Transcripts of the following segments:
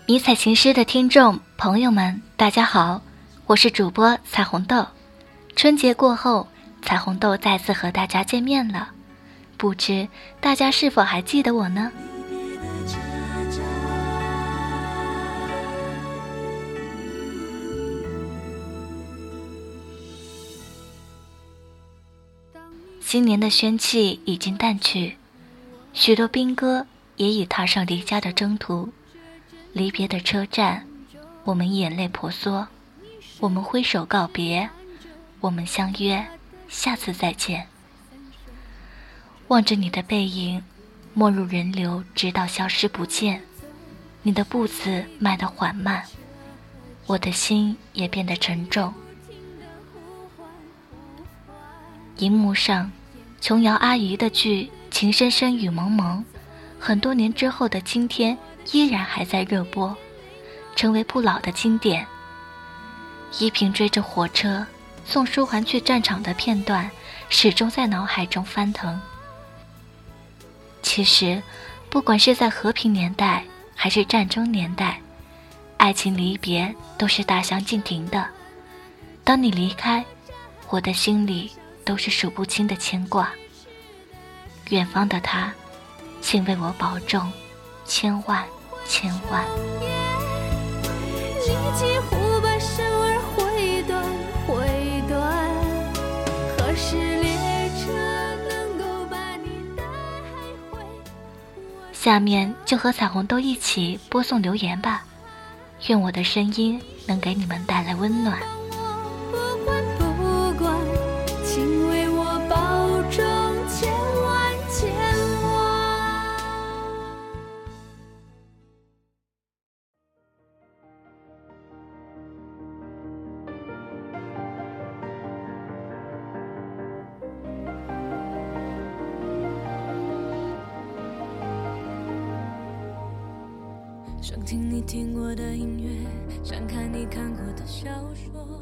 迷彩情诗的听众朋友们，大家好，我是主播彩虹豆。春节过后，彩虹豆再次和大家见面了，不知大家是否还记得我呢？新年的喧气已经淡去，许多兵哥也已踏上离家的征途。离别的车站，我们眼泪婆娑，我们挥手告别，我们相约下次再见。望着你的背影，没入人流，直到消失不见。你的步子迈得缓慢，我的心也变得沉重。荧幕上，琼瑶阿姨的剧《情深深雨蒙蒙》，很多年之后的今天依然还在热播，成为不老的经典。依萍追着火车送书桓去战场的片段始终在脑海中翻腾。其实不管是在和平年代还是战争年代，爱情离别都是大相径庭的。当你离开，我的心里都是数不清的牵挂。远方的他，请为我保重，千万千万。 你几乎把生儿挥断挥断，何时列车能够把你带回？ 下面就和彩虹豆一起播送留言吧，愿我的声音能给你们带来温暖。 不管不管，请为我保重，千万千万。想听你听过的音乐，想看你看过的小说。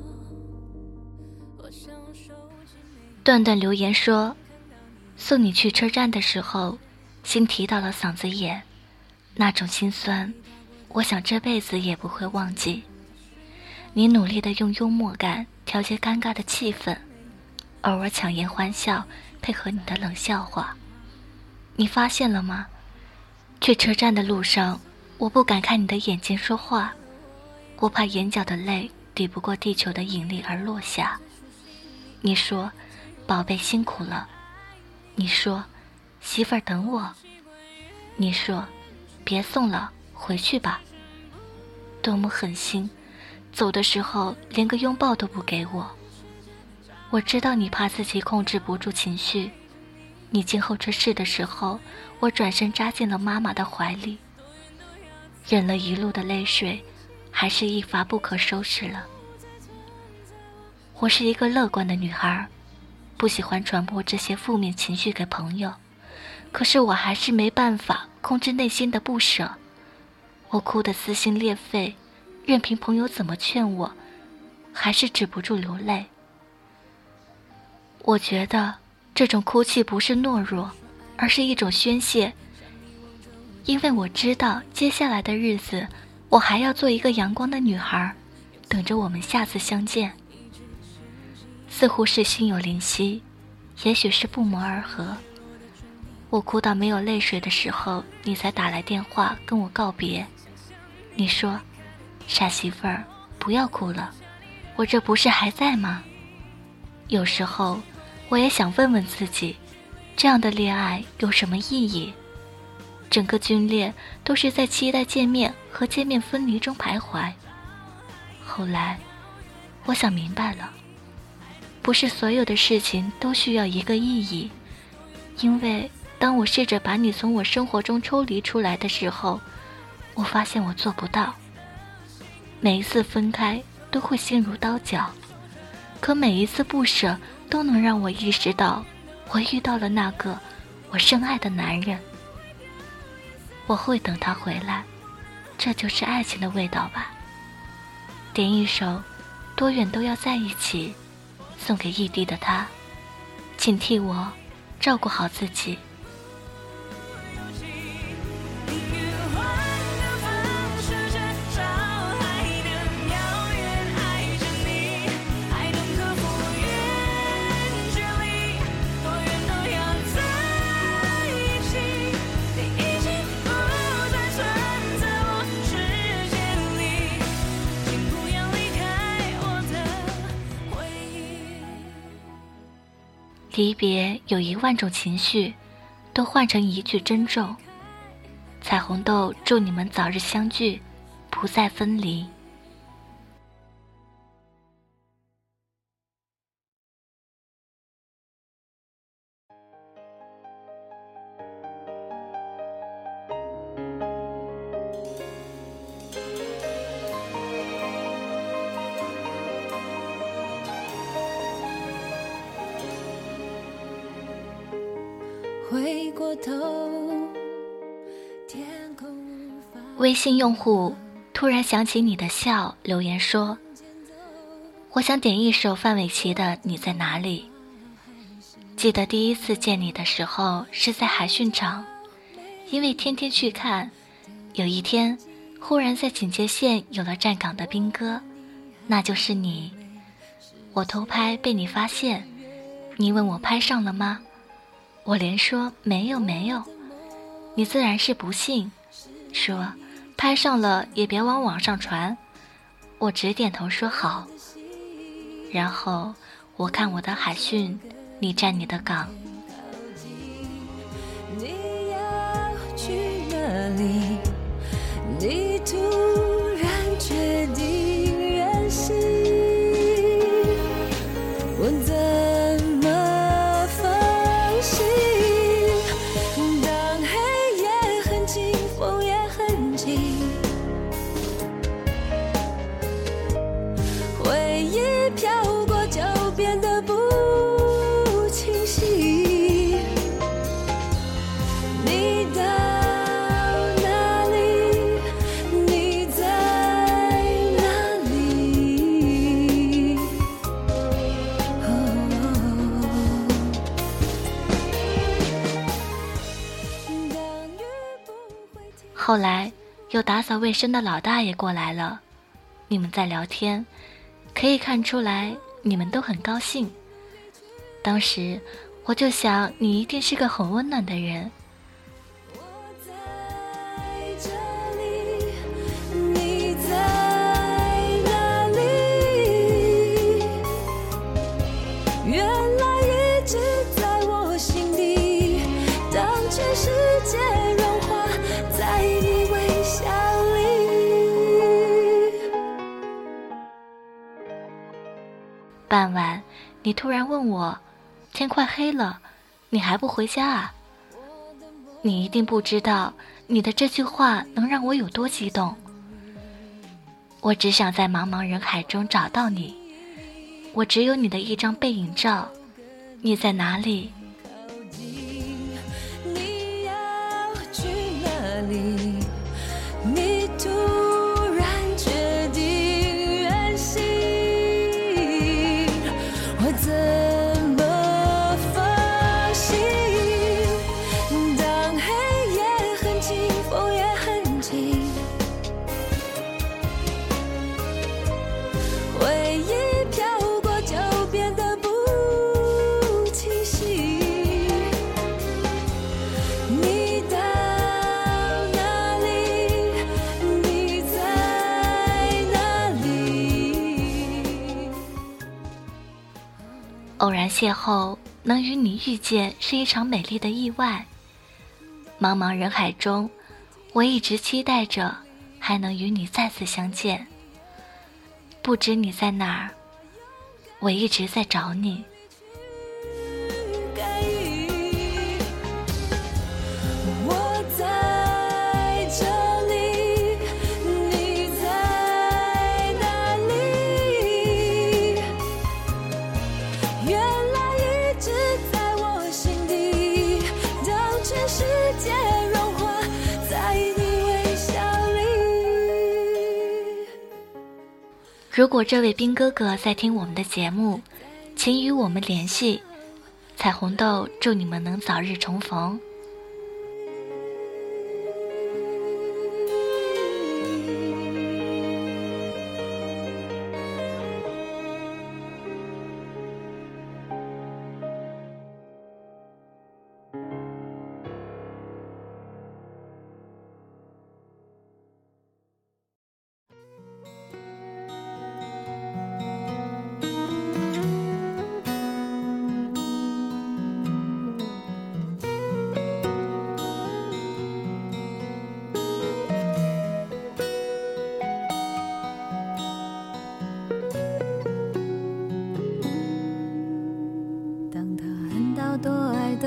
段段留言说，送你去车站的时候，心提到了嗓子眼，那种心酸，我想这辈子也不会忘记。你努力地用幽默感调节尴尬的气氛，偶尔强颜欢笑，配合你的冷笑话。你发现了吗？去车站的路上，我不敢看你的眼睛说话，我怕眼角的泪抵不过地球的引力而落下。你说，宝贝辛苦了。你说，媳妇儿等我。你说，别送了，回去吧。多么狠心，走的时候连个拥抱都不给我。我知道你怕自己控制不住情绪，你进候车室的时候，我转身扎进了妈妈的怀里。忍了一路的泪水，还是一发不可收拾了。我是一个乐观的女孩，不喜欢传播这些负面情绪给朋友，可是我还是没办法控制内心的不舍。我哭得撕心裂肺，任凭朋友怎么劝我，还是止不住流泪。我觉得这种哭泣不是懦弱，而是一种宣泄，因为我知道接下来的日子，我还要做一个阳光的女孩，等着我们下次相见。似乎是心有灵犀，也许是不谋而合。我哭到没有泪水的时候，你才打来电话跟我告别。你说，傻媳妇儿，不要哭了，我这不是还在吗？有时候我也想问问自己，这样的恋爱有什么意义？整个军恋都是在期待见面和见面分离中徘徊。后来我想明白了，不是所有的事情都需要一个意义，因为当我试着把你从我生活中抽离出来的时候，我发现我做不到。每一次分开都会心如刀绞，可每一次不舍都能让我意识到，我遇到了那个我深爱的男人。我会等他回来，这就是爱情的味道吧。点一首多远都要在一起，送给异地的他，请替我照顾好自己。 离别有10000种情绪，都换成一句珍重。彩虹豆祝你们早日相聚，不再分离。 回过头，天空无法微信用户突然想起你的笑，留言说：我想点一首范玮琪的《你在哪里》。记得第一次见你的时候是在海训场，因为天天去看，有一天忽然在警戒线有了站岗的兵哥，那就是你。我偷拍被你发现，你问我拍上了吗？我连说没有没有，你自然是不信，说拍上了也别往网上传。我只点头说好。然后我看我的海训，你站你的岗。 你要去哪里？你突然决定远行，我怎么放心？当黑夜很近，风也很近，回忆飘过就变得不清晰。你到哪里？你在哪里？当雨不会停。 后来有打扫卫生的老大爷过来了，你们在聊天，可以看出来你们都很高兴。当时我就想你一定是个很温暖的人。 我在这里，你在哪里？原来一直在我心底，当全世界融化在你微笑里。 傍晚你突然问我，天快黑了，你还不回家啊？你一定不知道你的这句话能让我有多激动。我只想在茫茫人海中找到你，我只有你的一张背影照，你在哪里？ 你要去哪里？你突然决定远行，我怎么放心？当黑夜很近，风也很近，回忆飘过就变得不清晰。你到哪里？你在哪里？ 偶然邂逅，能与你遇见是一场美丽的意外。茫茫人海中，我一直期待着还能与你再次相见。不知你在哪儿，我一直在找你。 我在这里，你在哪里？原来一直在我心底，当全世界融化在你微笑里。 如果这位兵哥哥在听我们的节目，请与我们联系。彩虹豆祝你们能早日重逢。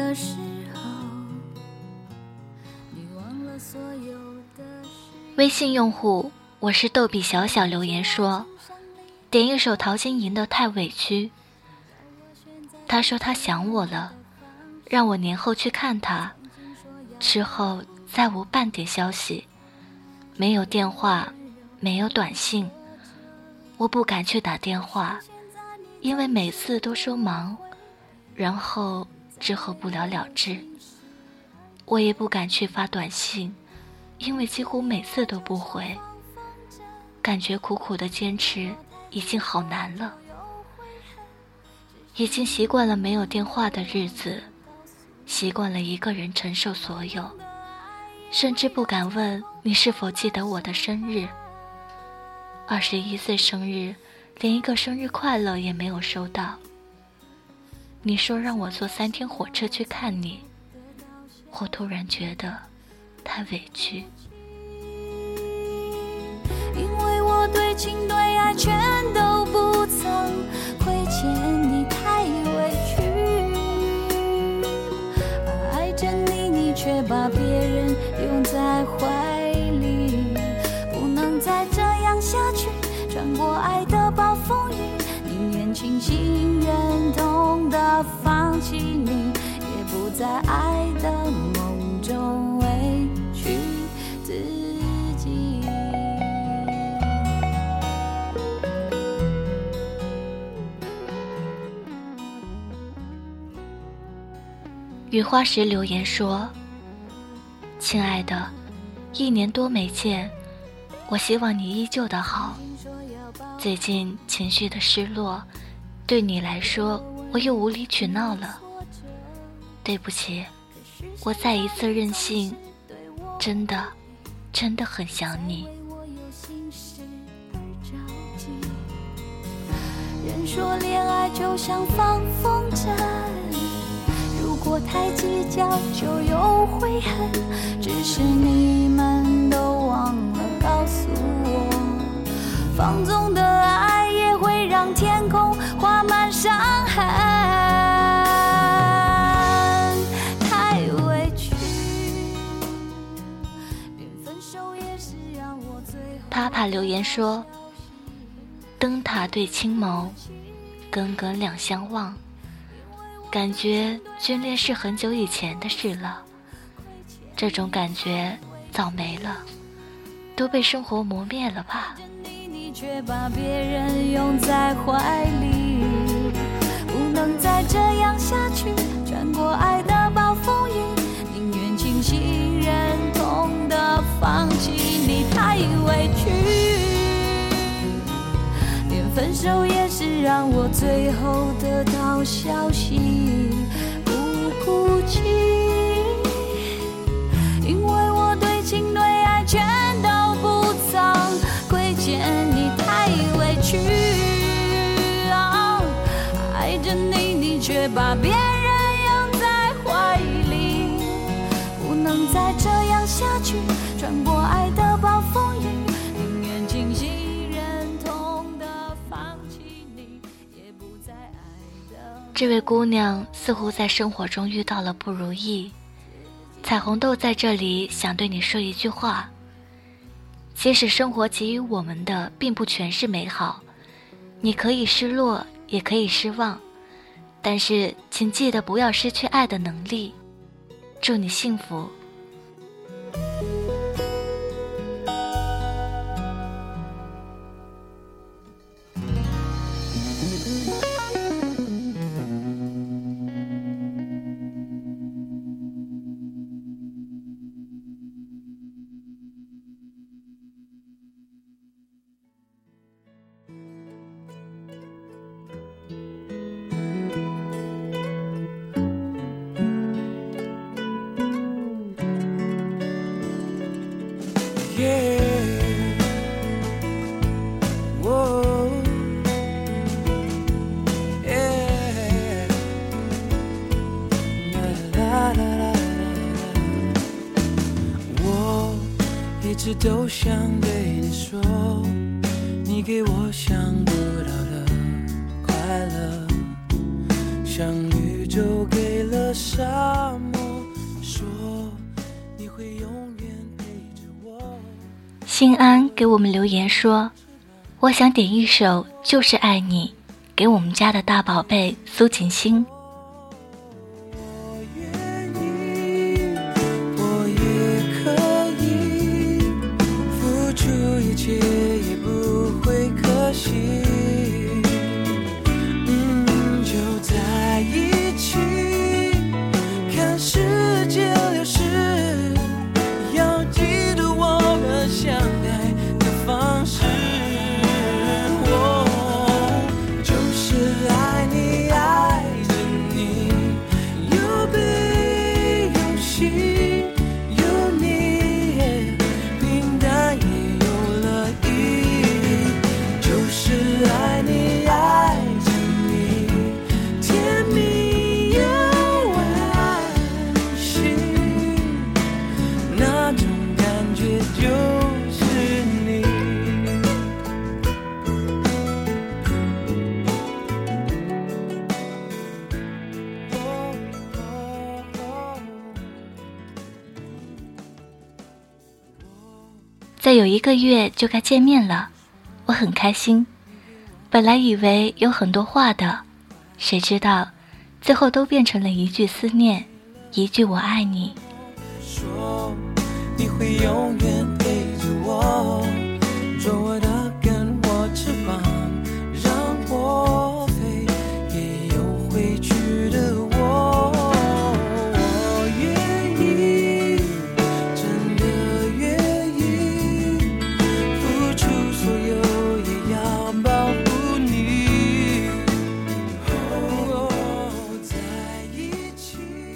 的时候，你忘了所有的事。 微信用户我是逗比小小留言说，点一首陶晶莹的《太委屈》。他说他想我了，让我年后去看他，之后再无半点消息，没有电话，没有短信。我不敢去打电话，因为每次都说忙，然后之后不了了之。我也不敢去发短信，因为几乎每次都不回。感觉苦苦的坚持已经好难了，已经习惯了没有电话的日子，习惯了一个人承受所有，甚至不敢问你是否记得我的生日。21岁生日，连一个生日快乐也没有收到。你说让我坐3天火车去看你，我突然觉得太委屈。 因为我对情对爱全都不曾亏欠你，太委屈。爱着你，你却把别人拥在怀里，不能再这样下去，穿过爱的暴风雨，宁愿清醒忍痛的放弃你，也不在爱的梦中委屈自己。 雨花石留言说，亲爱的，1年多没见，我希望你依旧的好。最近情绪的失落，对你来说我又无理取闹了，对不起，我再一次任性，真的很想你。 人说恋爱就像放风筝，如果太计较就有悔恨，只是你们都忘了告诉我，放纵的爱也会让天空画满伤痕。太委屈，连分手也是让我最后。 帕帕留言说，灯塔对青眸，耿耿两相望，感觉眷恋是很久以前的事了，这种感觉早没了，都被生活磨灭了吧。 你却把别人拥在怀里，不能再这样下去，穿过爱的暴风雨，宁愿清醒忍痛的放弃你，太委屈，连分手也是让我最后得到消息，不哭泣，因为我对情对爱全都不曾亏欠你，太委屈，爱着你，你却把别人拥在怀里，不能再这样下去，穿过爱的暴风雨，宁愿清醒忍痛的放弃你，也不再爱的。 这位姑娘似乎在生活中遇到了不如意，彩虹豆在这里想对你说一句话，即使生活给予我们的并不全是美好，你可以失落，也可以失望，但是请记得不要失去爱的能力。祝你幸福。 一直都想对你说，你给我想不到的快乐，像宇宙给了伤心安给我们留言说，我想点一首《就是爱你》给我们家的大宝贝苏锦星。 我也可以付出一切，也不会可惜。就在一起，看世界流逝，要记得我们相爱的方式。就是爱你，爱着你，有悲有喜，有你，平淡也有了意义。就是爱你，爱着你，甜蜜又惋惜，那种感觉就是你。 再有1个月就该见面了，我很开心。本来以为有很多话的，谁知道最后都变成了一句思念，一句我爱你。 说你会永远陪着我，做我的根，我翅膀，让我飞，也有回去的我。我愿意，真的愿意，付出所有，也要保护你。在一起。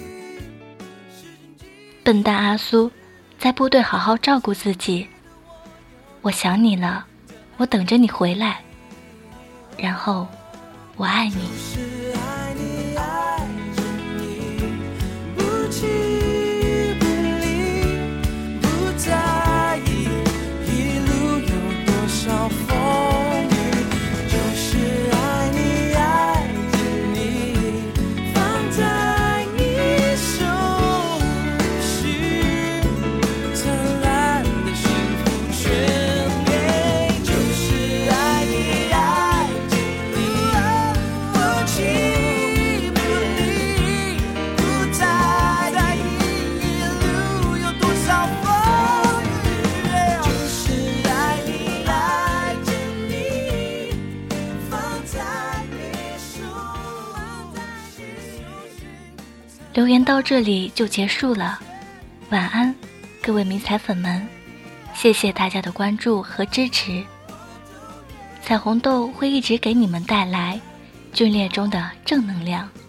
笨蛋阿苏，在部队好好照顾自己。我想你了，我等着你回来。然后，我爱你。 是爱你，爱着你，不弃不离，不在意一路有多少风雨。就是爱你，爱着你，放在你手心，灿烂的幸福全给。就是爱你，爱着你，不弃不离，不在意一路有多少风雨。就是爱你，爱着你，放在你手心。 留言到这里就结束了，晚安，各位迷彩粉们，谢谢大家的关注和支持。彩虹豆会一直给你们带来皲裂中的正能量。